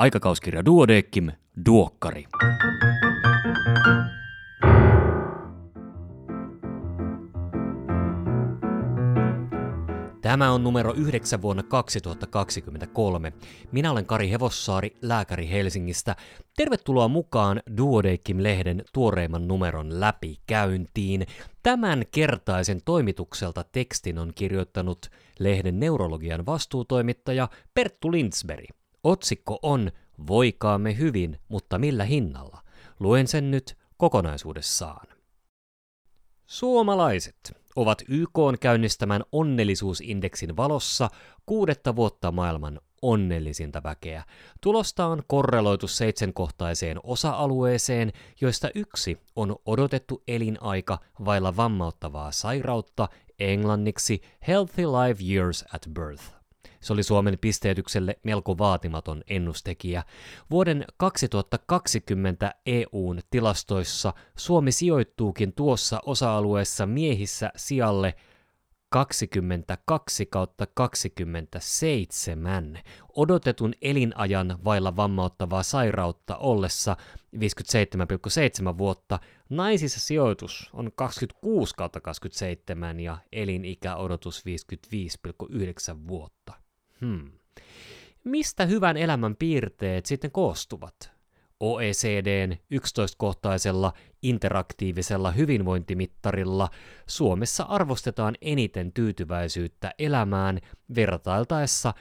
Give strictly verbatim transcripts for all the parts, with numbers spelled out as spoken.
Aikakauskirja Duodeckim, Duokkari. Tämä on numero yhdeksän vuonna kaksituhattakaksikymmentäkolme. Minä olen Kari Hevossaari, lääkäri Helsingistä. Tervetuloa mukaan Duodeckim-lehden tuoreimman numeron läpikäyntiin. Tämän kertaisen toimitukselta tekstin on kirjoittanut lehden neurologian vastuutoimittaja Perttu Lindsberg. Otsikko on Voikaamme hyvin, mutta millä hinnalla? Luen sen nyt kokonaisuudessaan. Suomalaiset ovat Y K:n käynnistämän onnellisuusindeksin valossa kuudetta vuotta maailman onnellisinta väkeä. Tulosta on korreloitu seitsemänkohtaiseen osa-alueeseen, joista yksi on odotettu elinaika vailla vammauttavaa sairautta, englanniksi Healthy Life Years at Birth. Se oli Suomen pisteytykselle melko vaatimaton ennustekijä. Vuoden kaksituhattakaksikymmentä E U:n tilastoissa Suomi sijoittuukin tuossa osa-alueessa miehissä sijalle kaksikymmentäkaksi kautta kaksikymmentäseitsemän, odotetun elinajan vailla vammauttavaa sairautta ollessa viisikymmentäseitsemän pilkku seitsemän vuotta. Naisissa sijoitus on kaksikymmentäkuusi kautta kaksikymmentäseitsemän ja elinikäodotus viisikymmentäviisi pilkku yhdeksän vuotta. Hmm. Mistä hyvän elämän piirteet sitten koostuvat? O E C D:n yksitoistakohtaisella interaktiivisella hyvinvointimittarilla Suomessa arvostetaan eniten tyytyväisyyttä elämään vertailtaessa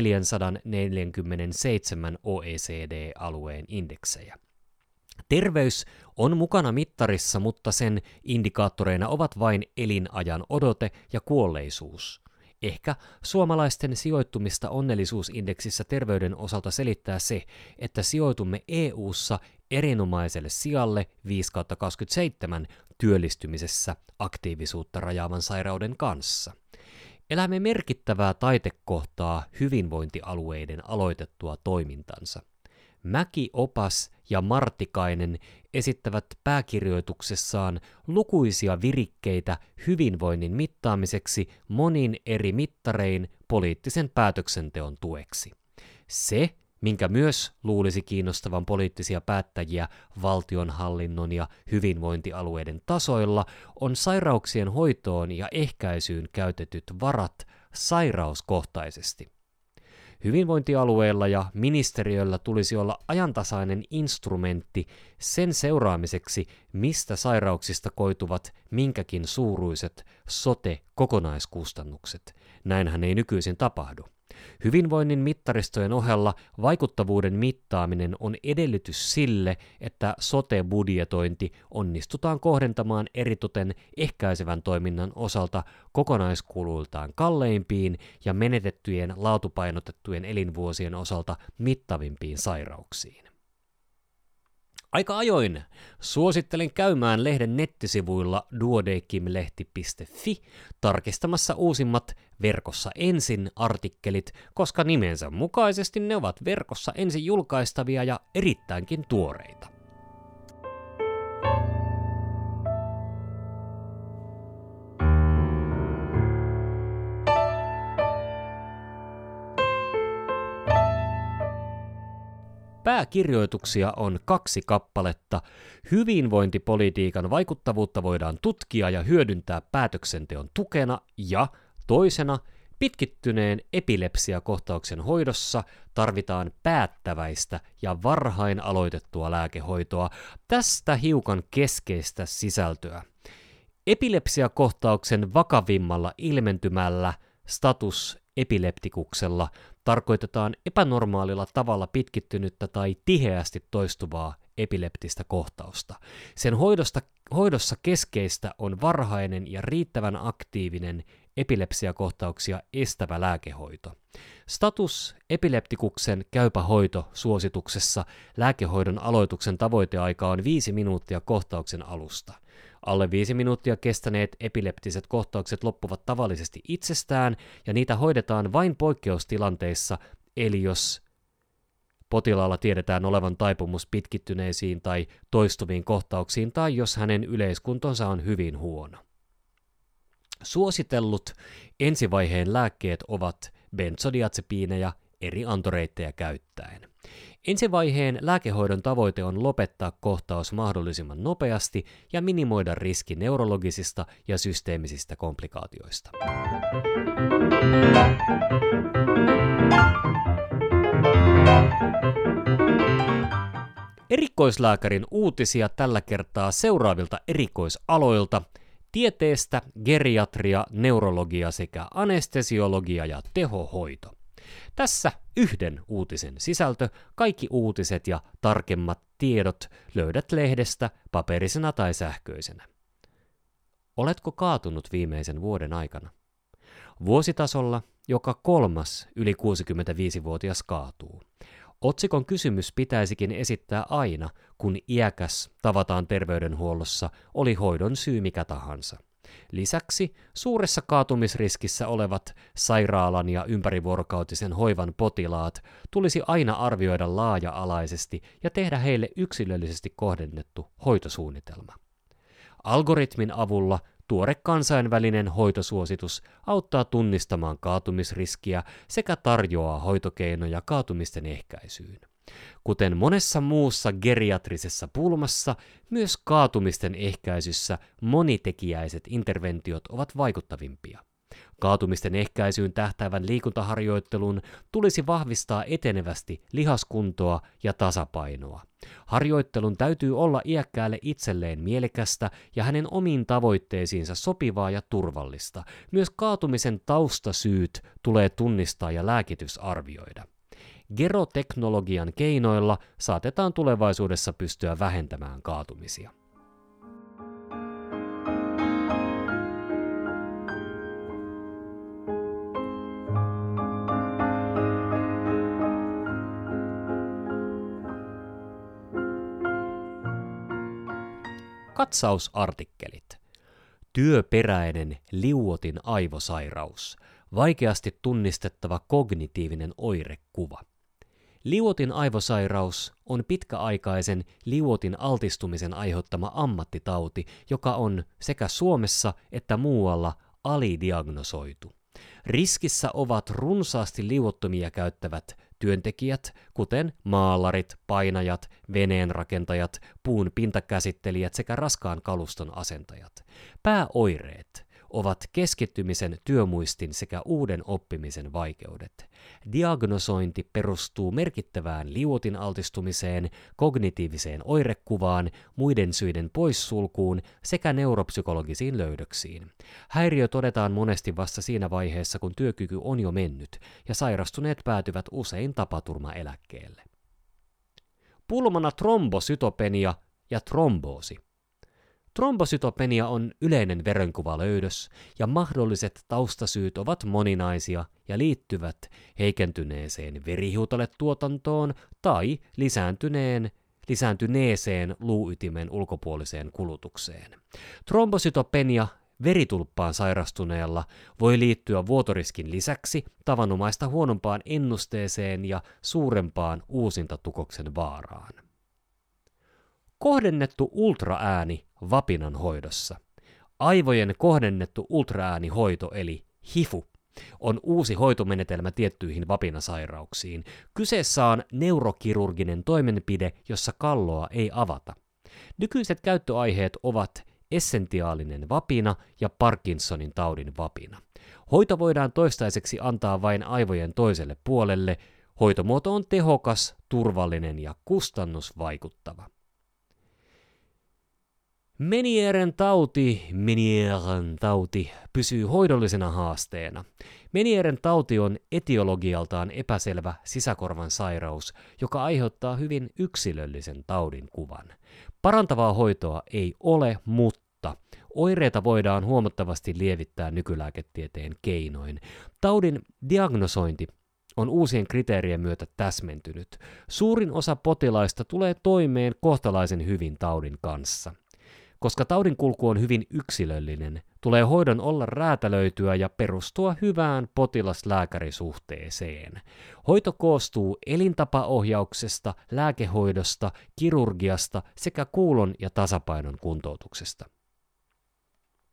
neljäsataaneljäkymmentäseitsemän O E C D-alueen indeksejä. Terveys on mukana mittarissa, mutta sen indikaattoreina ovat vain elinajan odote ja kuolleisuus. Ehkä suomalaisten sijoittumista onnellisuusindeksissä terveyden osalta selittää se, että sijoitumme E U:ssa erinomaiselle sijalle viisi kautta kaksikymmentäseitsemän työllistymisessä aktiivisuutta rajaavan sairauden kanssa. Elämme merkittävää taitekohtaa hyvinvointialueiden aloitettua toimintansa. Mäki, Opas ja Martikainen esittävät pääkirjoituksessaan lukuisia virikkeitä hyvinvoinnin mittaamiseksi monin eri mittarein poliittisen päätöksenteon tueksi. Se, minkä myös luulisi kiinnostavan poliittisia päättäjiä valtionhallinnon ja hyvinvointialueiden tasoilla, on sairauksien hoitoon ja ehkäisyyn käytetyt varat sairauskohtaisesti. Hyvinvointialueella ja ministeriöllä tulisi olla ajantasainen instrumentti sen seuraamiseksi, mistä sairauksista koituvat minkäkin suuruiset sote-kokonaiskustannukset. Näinhän ei nykyisin tapahdu. Hyvinvoinnin mittaristojen ohella vaikuttavuuden mittaaminen on edellytys sille, että sote-budjetointi onnistutaan kohdentamaan eritoten ehkäisevän toiminnan osalta kokonaiskuluiltaan kalleimpiin ja menetettyjen laatupainotettujen elinvuosien osalta mittavimpiin sairauksiin. Aika ajoin suosittelen käymään lehden nettisivuilla duodeckimlehti piste fi tarkistamassa uusimmat verkossa ensin artikkelit, koska nimensä mukaisesti ne ovat verkossa ensin julkaistavia ja erittäinkin tuoreita. Pääkirjoituksia on kaksi kappaletta. Hyvinvointipolitiikan vaikuttavuutta voidaan tutkia ja hyödyntää päätöksenteon tukena ja toisena pitkittyneen epilepsiakohtauksen hoidossa tarvitaan päättäväistä ja varhain aloitettua lääkehoitoa. Tästä hiukan keskeistä sisältöä. Epilepsiakohtauksen vakavimmalla ilmentymällä status epileptikuksella tarkoitetaan epänormaalilla tavalla pitkittynyttä tai tiheästi toistuvaa epileptistä kohtausta. Sen hoidosta, hoidossa keskeistä on varhainen ja riittävän aktiivinen epilepsiakohtauksia estävä lääkehoito. Status epileptikuksen käypä hoito suosituksessa lääkehoidon aloituksen tavoiteaika on viisi minuuttia kohtauksen alusta. Alle viisi minuuttia kestäneet epileptiset kohtaukset loppuvat tavallisesti itsestään ja niitä hoidetaan vain poikkeustilanteissa, eli jos potilaalla tiedetään olevan taipumus pitkittyneisiin tai toistuviin kohtauksiin tai jos hänen yleiskuntonsa on hyvin huono. Suositellut ensivaiheen lääkkeet ovat benzodiazepiineja eri antoreittejä käyttäen. Ensivaiheen lääkehoidon tavoite on lopettaa kohtaus mahdollisimman nopeasti ja minimoida riski neurologisista ja systeemisistä komplikaatioista. Erikoislääkärin uutisia tällä kertaa seuraavilta erikoisaloilta: tieteestä, geriatria, neurologia sekä anestesiologia ja tehohoito. Tässä yhden uutisen sisältö, kaikki uutiset ja tarkemmat tiedot löydät lehdestä paperisena tai sähköisenä. Oletko kaatunut viimeisen vuoden aikana? Vuositasolla joka kolmas yli kuusikymmentäviisivuotias kaatuu. Otsikon kysymys pitäisikin esittää aina, kun iäkäs tavataan terveydenhuollossa, oli hoidon syy mikä tahansa. Lisäksi suuressa kaatumisriskissä olevat sairaalan ja ympärivuorokautisen hoivan potilaat tulisi aina arvioida laaja-alaisesti ja tehdä heille yksilöllisesti kohdennettu hoitosuunnitelma. Algoritmin avulla tuore kansainvälinen hoitosuositus auttaa tunnistamaan kaatumisriskiä sekä tarjoaa hoitokeinoja kaatumisten ehkäisyyn. Kuten monessa muussa geriatrisessa pulmassa, myös kaatumisten ehkäisyssä monitekijäiset interventiot ovat vaikuttavimpia. Kaatumisten ehkäisyyn tähtäävän liikuntaharjoittelun tulisi vahvistaa etenevästi lihaskuntoa ja tasapainoa. Harjoittelun täytyy olla iäkkäälle itselleen mielekästä ja hänen omiin tavoitteisiinsa sopivaa ja turvallista. Myös kaatumisen taustasyyt tulee tunnistaa ja lääkitysarvioida. Geroteknologian keinoilla saatetaan tulevaisuudessa pystyä vähentämään kaatumisia. Katsausartikkelit. Työperäinen liuotin aivosairaus. Vaikeasti tunnistettava kognitiivinen oirekuva. Liuotin aivosairaus on pitkäaikaisen liuotin altistumisen aiheuttama ammattitauti, joka on sekä Suomessa että muualla alidiagnosoitu. Riskissä ovat runsaasti liuottomia käyttävät työntekijät, kuten maalarit, painajat, veneenrakentajat, puun pintakäsittelijät sekä raskaan kaluston asentajat. Pääoireet ovat keskittymisen, työmuistin sekä uuden oppimisen vaikeudet. Diagnosointi perustuu merkittävään liuotin altistumiseen, kognitiiviseen oirekuvaan, muiden syiden poissulkuun sekä neuropsykologisiin löydöksiin. Häiriö todetaan monesti vasta siinä vaiheessa, kun työkyky on jo mennyt, ja sairastuneet päätyvät usein tapaturmaeläkkeelle. Pulmana trombosytopenia ja tromboosi. Trombosytopenia on yleinen verenkuvalöydös ja mahdolliset taustasyyt ovat moninaisia ja liittyvät heikentyneeseen verihiutaletuotantoon tai lisääntyneen, lisääntyneeseen luuytimen ulkopuoliseen kulutukseen. Trombosytopenia veritulppaan sairastuneella voi liittyä vuotoriskin lisäksi tavanomaista huonompaan ennusteeseen ja suurempaan uusintatukoksen vaaraan. Kohdennettu ultraääni vapinan hoidossa. Aivojen kohdennettu ultraäänihoito eli H I F U on uusi hoitomenetelmä tiettyihin vapinasairauksiin. Kyseessä on neurokirurginen toimenpide, jossa kalloa ei avata. Nykyiset käyttöaiheet ovat essentiaalinen vapina ja Parkinsonin taudin vapina. Hoito voidaan toistaiseksi antaa vain aivojen toiselle puolelle. Hoitomuoto on tehokas, turvallinen ja kustannusvaikuttava. Menieren tauti, Menieren tauti pysyy hoidollisena haasteena. Menieren tauti on etiologialtaan epäselvä sisäkorvan sairaus, joka aiheuttaa hyvin yksilöllisen taudin kuvan. Parantavaa hoitoa ei ole, mutta oireita voidaan huomattavasti lievittää nykylääketieteen keinoin. Taudin diagnosointi on uusien kriteerien myötä täsmentynyt. Suurin osa potilaista tulee toimeen kohtalaisen hyvin taudin kanssa. Koska taudin kulku on hyvin yksilöllinen, tulee hoidon olla räätälöityä ja perustua hyvään potilas-lääkärisuhteeseen. Hoito koostuu elintapaohjauksesta, lääkehoidosta, kirurgiasta sekä kuulon ja tasapainon kuntoutuksesta.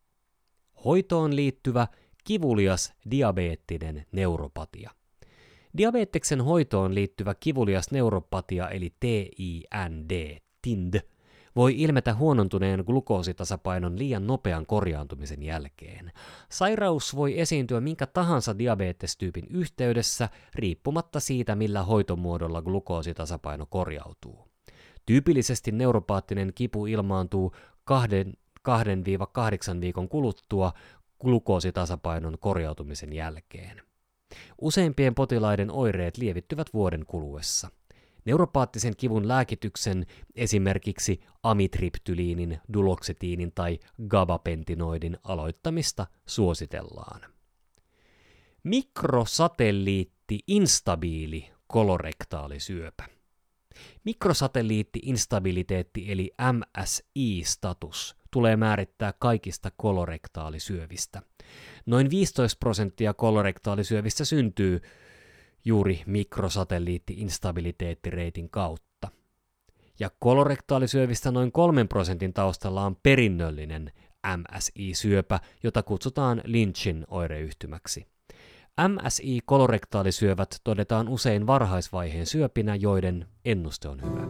Hoitoon liittyvä kivulias diabeettinen neuropatia. Diabeteksen hoitoon liittyvä kivulias neuropatia eli T I N D, T I N D, voi ilmetä huonontuneen glukoositasapainon liian nopean korjaantumisen jälkeen. Sairaus voi esiintyä minkä tahansa diabetestyypin yhteydessä, riippumatta siitä, millä hoitomuodolla glukoositasapaino korjautuu. Tyypillisesti neuropaattinen kipu ilmaantuu kahden kahdeksan viikon kuluttua glukoositasapainon korjautumisen jälkeen. Useimpien potilaiden oireet lievittyvät vuoden kuluessa. Neuropaattisen kivun lääkityksen, esimerkiksi amitriptyliinin, duloxetiinin tai gabapentinoidin aloittamista suositellaan. Mikrosatelliitti-instabiili kolorektaalisyöpä. Mikrosatelliitti-instabiliteetti eli M S I-status tulee määrittää kaikista kolorektaalisyövistä. Noin viisitoista prosenttia kolorektaalisyövistä syntyy juuri mikrosatelliitti-instabiliteettireitin kautta. Ja kolorektaalisyövistä noin kolmen prosentin taustalla on perinnöllinen M S I-syöpä, jota kutsutaan Lynchin oireyhtymäksi. M S I-kolorektaalisyövät todetaan usein varhaisvaiheen syöpinä, joiden ennuste on hyvä.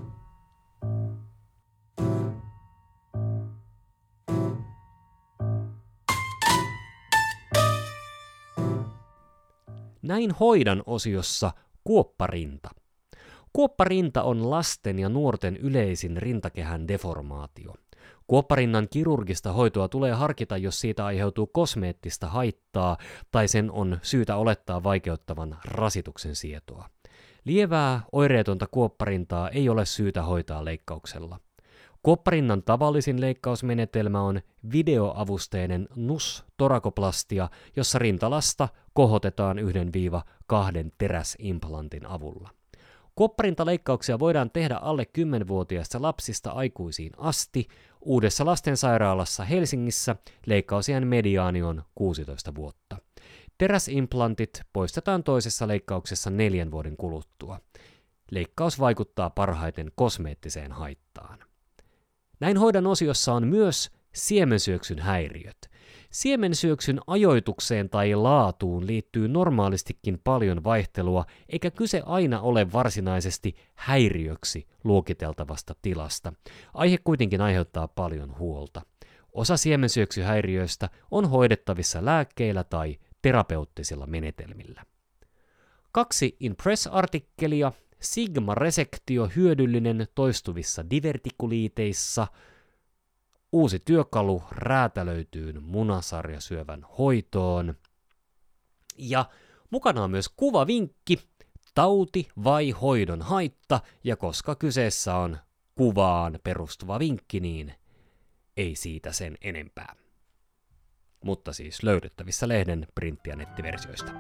Näin hoidan osiossa kuopparinta. Kuopparinta on lasten ja nuorten yleisin rintakehän deformaatio. Kuopparinnan kirurgista hoitoa tulee harkita, jos siitä aiheutuu kosmeettista haittaa tai sen on syytä olettaa vaikeuttavan rasituksen sietoa. Lievää, oireetonta kuopparintaa ei ole syytä hoitaa leikkauksella. Kuopparinnan tavallisin leikkausmenetelmä on videoavusteinen N U S-torakoplastia, jossa rintalasta kohotetaan yhden kahden teräsimplantin avulla. Kuopparintaleikkauksia voidaan tehdä alle kymmenvuotiaista lapsista aikuisiin asti. Uudessa lastensairaalassa Helsingissä leikkausiän mediaani on kuusitoista vuotta. Teräsimplantit poistetaan toisessa leikkauksessa neljän vuoden kuluttua. Leikkaus vaikuttaa parhaiten kosmeettiseen haittaan. Näin hoidan osiossa on myös siemensyöksyn häiriöt. Siemensyöksyn ajoitukseen tai laatuun liittyy normaalistikin paljon vaihtelua, eikä kyse aina ole varsinaisesti häiriöksi luokiteltavasta tilasta. Aihe kuitenkin aiheuttaa paljon huolta. Osa siemensyöksyhäiriöistä on hoidettavissa lääkkeillä tai terapeuttisilla menetelmillä. Kaksi Impress-artikkelia. Sigma-resektio hyödyllinen toistuvissa divertikuliiteissa. Uusi työkalu räätälöityyn munasarjasyövän hoitoon. Ja mukana on myös kuvavinkki, tauti vai hoidon haitta, ja koska kyseessä on kuvaan perustuva vinkki, niin ei siitä sen enempää. Mutta siis löydettävissä lehden printti- ja nettiversioista.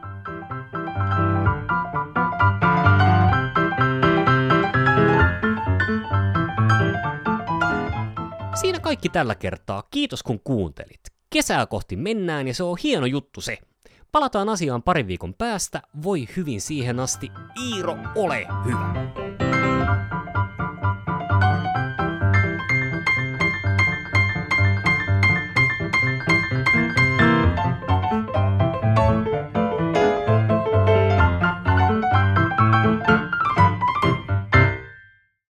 Siinä kaikki tällä kertaa. Kiitos kun kuuntelit. Kesää kohti mennään ja se on hieno juttu se. Palataan asiaan parin viikon päästä. Voi hyvin siihen asti. Iiro, ole hyvä!